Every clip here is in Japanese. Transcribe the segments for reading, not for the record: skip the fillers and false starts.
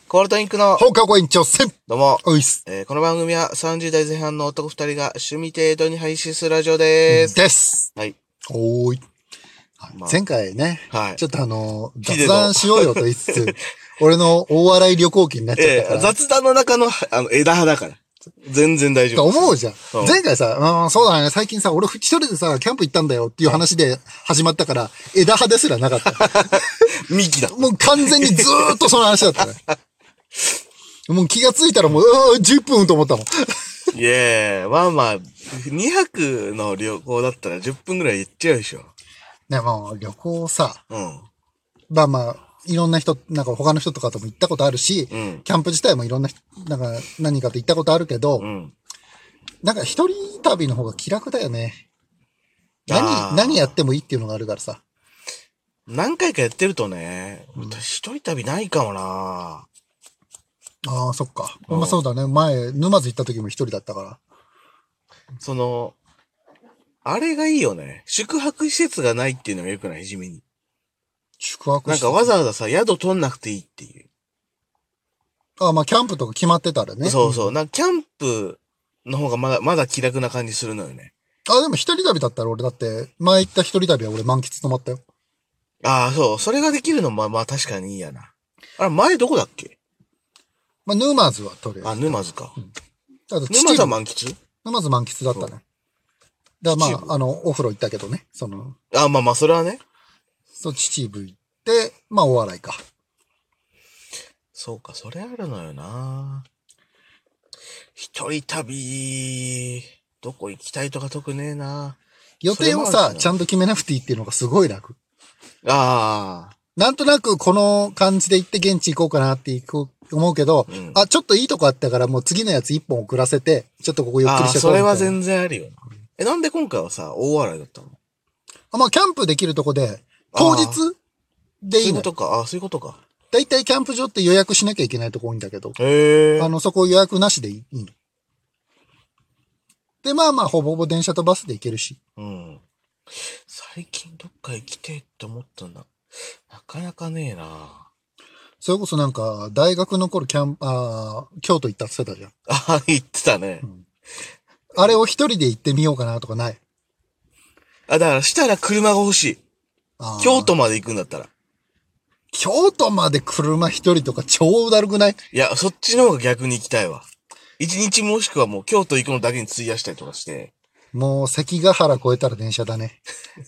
コールドインクの放課後延長戦。 どうも、 おいっす。 この番組は30代前半の男2人が趣味程度に配信するラジオです。 です。 はい。 おーい。 まあ前回ね、 はいちょっと雑談しようよと言いつつ、俺の大笑い旅行記になっちゃったから。 雑談の中の、枝葉だから。全然大丈夫。 と思うじゃん。 うん前回さ、そうだね、最近さ、俺一人でさ、キャンプ行ったんだよっていう話で始まったから、枝葉ですらなかった。 幹だ。 もう完全にずーっとその話だったね。もう気がついたらもう、10分と思ったもん。 いやまあまあ、2泊の旅行だったら10分ぐらい行っちゃうでしょ。 ね、もう旅行さ、 うん。 まあまあ、いろんな人、なんか他の人とかとも行ったことあるし、 うんキャンプ自体もいろんな人、なんか何かと行ったことあるけど、 うん。 なんか一人旅の方が気楽だよね。 あー何やってもいいっていうのがあるからさ。 何回かやってるとね、私一人旅ないかもな。 ああ、そっか。 うんまあそうだね。前、沼津行った時も一人だったから。 あれがいいよね。宿泊施設がないっていうのが良くない、地味に。 宿泊なんかわざわざさ、宿取んなくていいっていう。 ああ、まあキャンプとか決まってたらね。 そうそう。 んなんかキャンプの方がまだ気楽な感じするのよね。 あ、でも一人旅だったら俺だって、前行った一人旅は俺満喫泊まったよ。 ああ、そう。それができるのもまあ確かにいいやな。あれ、前どこだっけ？ まあ沼津はとりあえあ、 ず。 沼津か。 あと沼津は満喫？ 沼津満喫だったね。だからまあ、お風呂行ったけどね。 あ、まあまあ、それはね。 そう、秩父行って、まあお笑いか。 そうか、それあるのよな。一人旅、どこ行きたいとか特ねえな。 予定をさ、 それもあるしなちゃんと決めなくていいっていうのがすごい楽。 ああ。 なんとなくこの感じで行って現地行こうかなって思うけど、 うんあ、ちょっといいとこあったからもう次のやつ一本遅らせて、ちょっとここゆっくりああ、 してこみたいな。 そうれは全然あるよな。なんで今回はさ、大笑いだったの？ まあキャンプできるとこで、当日でいいのよ。 そういうことか。ああ、そういうことか。 だいたいキャンプ場って予約しなきゃいけないとこ多いんだけど、 へえ。 そこ予約なしでいいの。で、まあまあ、ほぼほぼ電車とバスで行けるし。 うん。最近どっか行きてえって思ったんだ。なかなかねえな。 それこそなんか、大学の頃京都行ったって言ってたじゃん。 ああ、言ってたね。 あれを一人で行ってみようかなとかない。 あ、だからしたら車が欲しい。 あー京都まで行くんだったら。 京都まで車一人とか超だるくない？ いや、そっちの方が逆に行きたいわ。一日もしくはもう京都行くのだけに費やしたりとかして。 もう関ヶ原越えたら電車だね。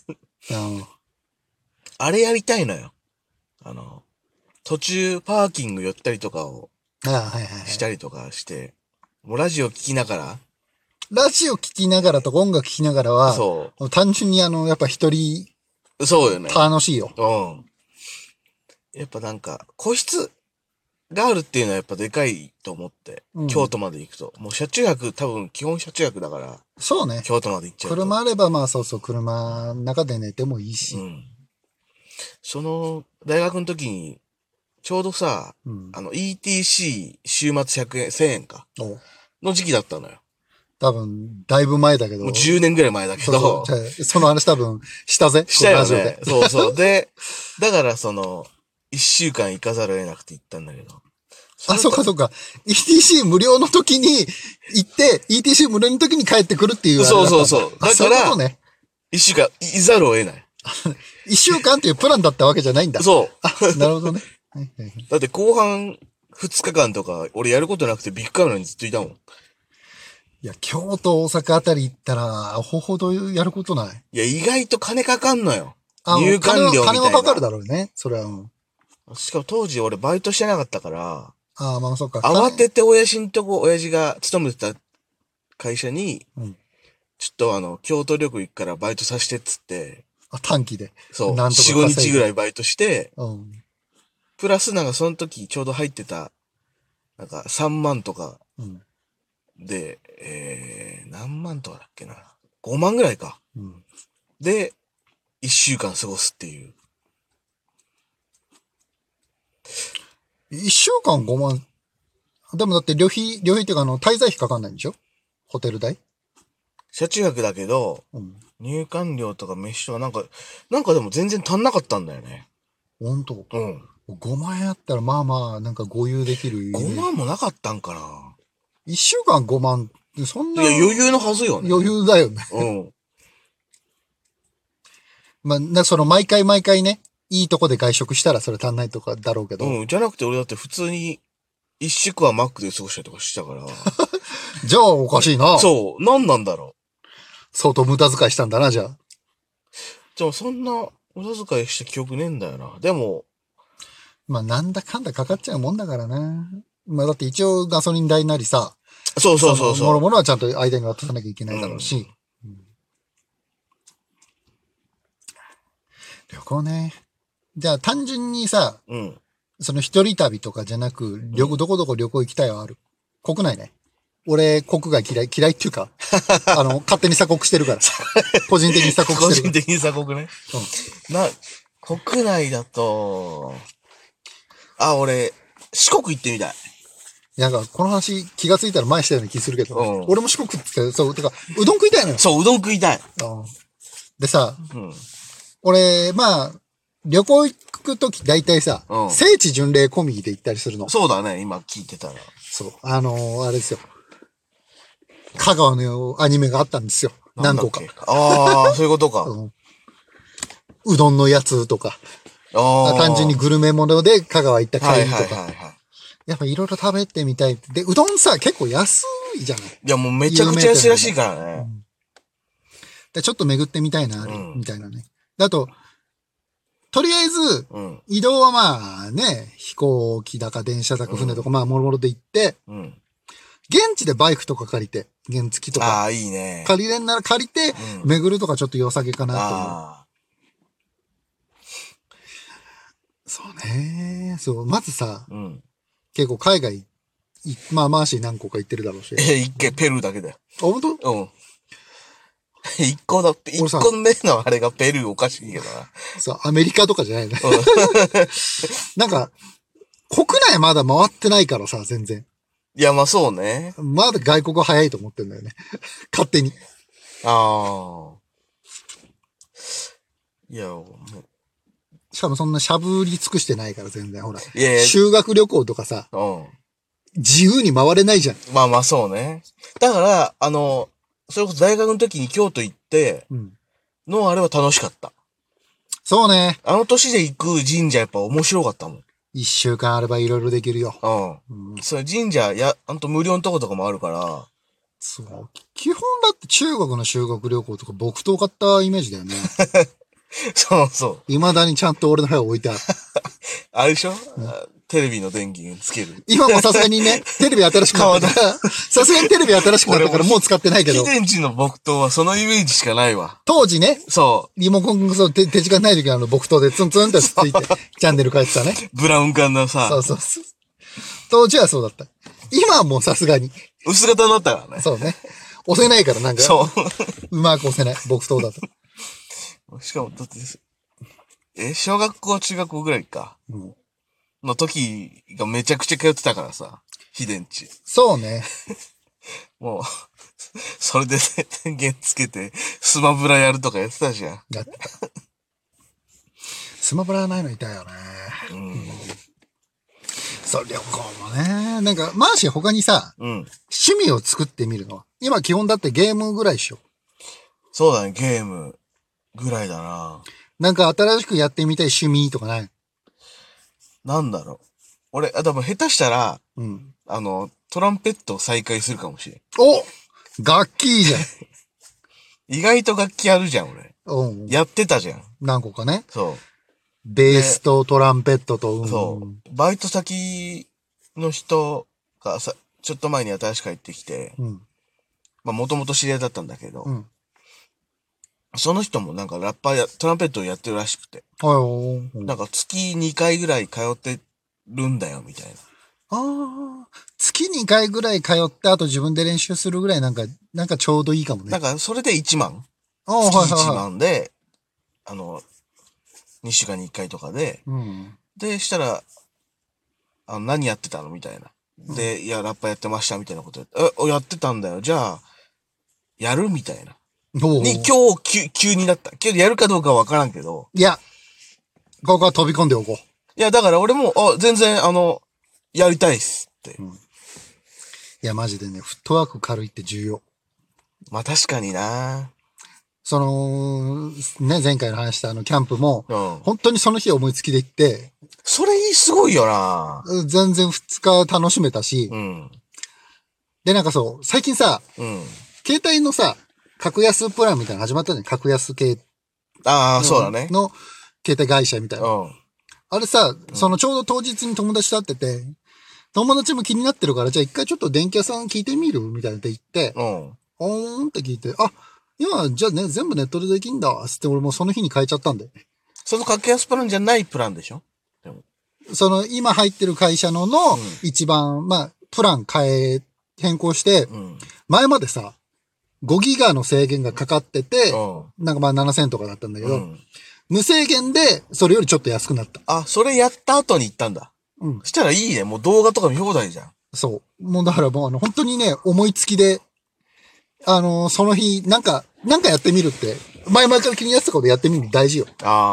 あれやりたいのよ。途中パーキング寄ったりとかをはいはいはい。 したりとかして、もうラジオ聞きながら、 ラジオ聞きながらとか音楽聞きながらは、 そ単純にやっぱ一人う。そうよね。 楽しいよ。 うん。やっぱなんか、個室があるっていうのはやっぱでかいと思って、 うん京都まで行くと。もう車中泊、多分基本車中泊だから、 そうね。 京都まで行っちゃうと。 車あればまあそうそう、車の中で寝てもいいし。 うん。大学の時に、ちょうどさ、 うん ETC 週末100円、1000円か。 おの時期だったのよ。 多分、だいぶ前だけど。 もう10年ぐらい前だけそうど。 そうじゃあその話多分、したぜ。 したよこのラジオでね。そうそう。で、だから1週間行かざるを得なくて行ったんだけど。 あ、そうかそうか。ETC 無料の時に行って、ETC 無料の時に帰ってくるっていうあれだったんだ。 そうそうそうあ、 だからそういうことね。 1週間いざるを得ない。 一週間っていうプランだったわけじゃないんだ。 そう。 あ、なるほどね。はいはいはい。 だって後半2日間とか、俺やることなくてビッグカメラにずっといたもん。 いや、京都、大阪あたり行ったら、アホほどやることない。 いや、意外と金かかんのよ。 あ入館料みたいな。 金はかかるだろうね。それは。 しかも当時俺バイトしてなかったから、 ああ、まあそうか。 慌てて親父が勤めてた会社に、 うんちょっと京都旅行行くからバイトさせてっつって、 短期で。 そう、 なんとか 4、5日ぐらい。 いバイトして、 うん。 プラスなんかその時ちょうど入ってた、なんか3万とかうん。 で、何万とかだっけな。5万ぐらいか。 うん。 で、1週間過ごすっていう。 一週間5万。でもだって旅費っていうか滞在費かかんないんでしょ？ホテル代？ 車中泊だけど、 うん。 入館料とか飯とかなんかでも全然足んなかったんだよね。 本当。 うん。 5万円あったらまあまあ、なんかご有できる。 5万もなかったんかな。 1週間5万、そんな。 いや、余裕のはずよね。 余裕だよね。 うん。 まあ、その毎回毎回ね、いいとこで外食したらそれ足んないとかだろうけど。 うん。じゃなくて俺だって普通に、一食はマックで過ごしたりとかしたから。 じゃあおかしいな。 そう。何なんだろ相当無駄遣いしたんだな、じゃあ。 う。でもそんな無駄遣いした記憶ねえんだよな。でも、 まあなんだかんだかかっちゃうもんだからな。まあだって一応ガソリン代なりさ、 そうそうそうそう。 もろもろはちゃんと間に渡さなきゃいけないだろうし。旅行ね。じゃあ単純にさ、 うん。 その一人旅とかじゃなく、どこどこ旅行行きたいはある。国内ね。俺、国外嫌いっていうか、勝手に鎖国してるから。個人的に鎖国個してるから。 人的に鎖国ね。国内だと、俺、四国行ってみたい。 なんか、この話気がついたら前したような気するけど、 うん俺も四国ってそう、てか、うどん食いたいのよ。 そう、うどん食いたい。 でさ、 うん。 俺、まあ、旅行行くとき大体さ、 うん聖地巡礼込みで行ったりするの。 そうだね、今聞いてたら。 そう。あれですよ。香川のアニメがあったんですよ。何個か。 ああ、そういうことか。 うどんのやつとか。単純にグルメもので香川行った帰りとか。やっぱいろいろ食べてみたい。で、うどんさ、結構安いじゃない。 いや、もうめちゃくちゃ安いらしいからね。 でちょっと巡ってみたいな、みたいなね。あと、とりあえず、移動はまあね、飛行機だか電車だか船とか、まあもろもろで行って、現地でバイクとか借りて、原付とか。 ああ、いいね。 借りれんなら借りて、巡るとかちょっと良さげかなと思う。そうね。そう、まずさ、結構海外、まあマーシー何個か行ってるだろうし。 一回ペルーだけだよ。 あ、本当？ うん。一個目のあれがペルーおかしいけどな。 そう、アメリカとかじゃないね。なんか、国内まだ回ってないからさ、全然。 いや、まあそうね。 まだ外国は早いと思ってんだよね。勝手に。 ああ。いや、もう。 しかもそんなしゃぶり尽くしてないから全然、ほら。 いやいや修学旅行とかさ、自由に回れないじゃん。 まあまあそうね。だから、それこそ大学の時に京都行って、のあれは楽しかった。 そうね。 あの年で行く神社やっぱ面白かったもん。 一週間あればいろいろできるよ。 それ神社、無料のとことかもあるから。 そう。基本だって中国の修学旅行とか木刀買ったイメージだよね。 そうそう。 未だにちゃんと俺の部屋置いてある。 あれでしょ、テレビの電源つける。 今もさすがにね、テレビ新しくなったから、さすがにテレビ新しくなったからもう使ってないけど。 貴殿寺の木刀はそのイメージしかないわ。 当時ね。 そう。 リモコン、手時間ない時は木刀でツンツンってついて、チャンネル変えてたね。 ブラウン管のさ。 そう。当時はそうだった。今はもうさすがに。 薄型になったからね。 そうね。押せないからなんか。 そう。 うまく押せない。木刀だと。 しかも、だって、小学校、中学校ぐらいか。の時がめちゃくちゃ通ってたからさ。秘伝地。 そうね。 もう、それで、電源つけて、スマブラやるとかやってたじゃん。 やってた。スマブラないのいたよね。そう、旅行もね。なんか、マーシー他にさ、趣味を作ってみるのは。今基本だってゲームぐらいでしょ。 そうだね、ゲームぐらいだな。 なんか新しくやってみたい趣味とかない？ なんだろう。俺、多分下手したら、トランペットを再開するかもしれん。 お！楽器いいじゃん。 意外と楽器あるじゃん、俺。やってたじゃん。 何個かね。 そう。 ベースとトランペットと、 そう。バイト先の人がちょっと前に新しく入ってきて、まあもともと知り合いだったんだけど、その人もなんかトランペットをやってるらしくて、なんか月2回ぐらい通ってるんだよ、みたいな。 月2回ぐらい通ってあと自分で練習するぐらいなんかちょうどいいかもね。 なんかそれで1万。 月 1万で、2週間に1回とかで、で、したら、何やってたのみたいな。で、いや、ラッパやってました、みたいなことやってたんだよ。じゃあ、やるみたいな。今日急になった。けどやるかどうかはわからんけど。 いや、ここは飛び込んでおこう。 いや、だから俺も、全然、やりたいっすって。 いや、マジでね、フットワーク軽いって重要。 まあ確かにな。 その、ね、前回の話したキャンプも、本当にその日思いつきで行って、 それすごいよな。 全然2日楽しめたし、で、なんかそう、最近さ、携帯のさ、格安プランみたいなの始まったじゃん。格安系。 そうだね。 の携帯会社みたいな。あれさ、そのちょうど当日に友達と会ってて、友達も気になってるから、じゃあ一回ちょっと電気屋さん聞いてみるみたいなって言って、って聞いて、今、じゃあね、全部ネットでできんだ、つって俺もその日に変えちゃったんで。 その格安プランじゃないプランでしょ？でもその、今入ってる会社の一番、プラン変更して、前までさ、5ギガの制限がかかってて、なんか7000とかだったんだけど、無制限で、それよりちょっと安くなった。 それやった後に行ったんだ。そしたらいいね。もう動画とか見放題じゃん。 そう。もうだからもう本当にね、思いつきで、その日、なんかやってみるって、前々から気になってたことやってみるの大事よ。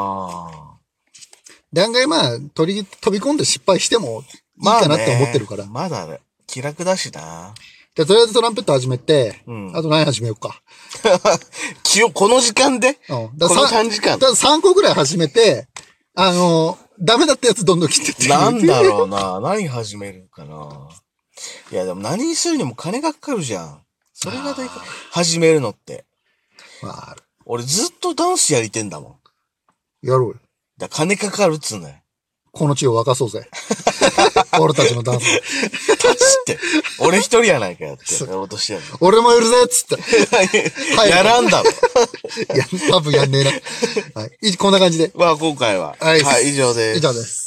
で、案外飛び込んで失敗してもいいかなって思ってるから。 まだ気楽だしな。 で、とりあえずトランペット始めて、あと何始めようか。 この時間でこの3時間。 だ3個ぐらい始めて、ダメだったやつどんどん切ってって。 なんだろうな。何始めるかな。いや、でも何にするにも金がかかるじゃん。それが始めるのって。俺ずっとダンスやりてんだもん。やろうよ。 金かかるっつうんだよ。 この地を沸かそうぜ。俺たちのダンス。 立ちって。俺一人やないかやってやろうとしてるの。 俺もいるぜっつって。 やらんだろ。 多分やんねえな。はい。こんな感じで。 今回は。はい、以上です。 以上です。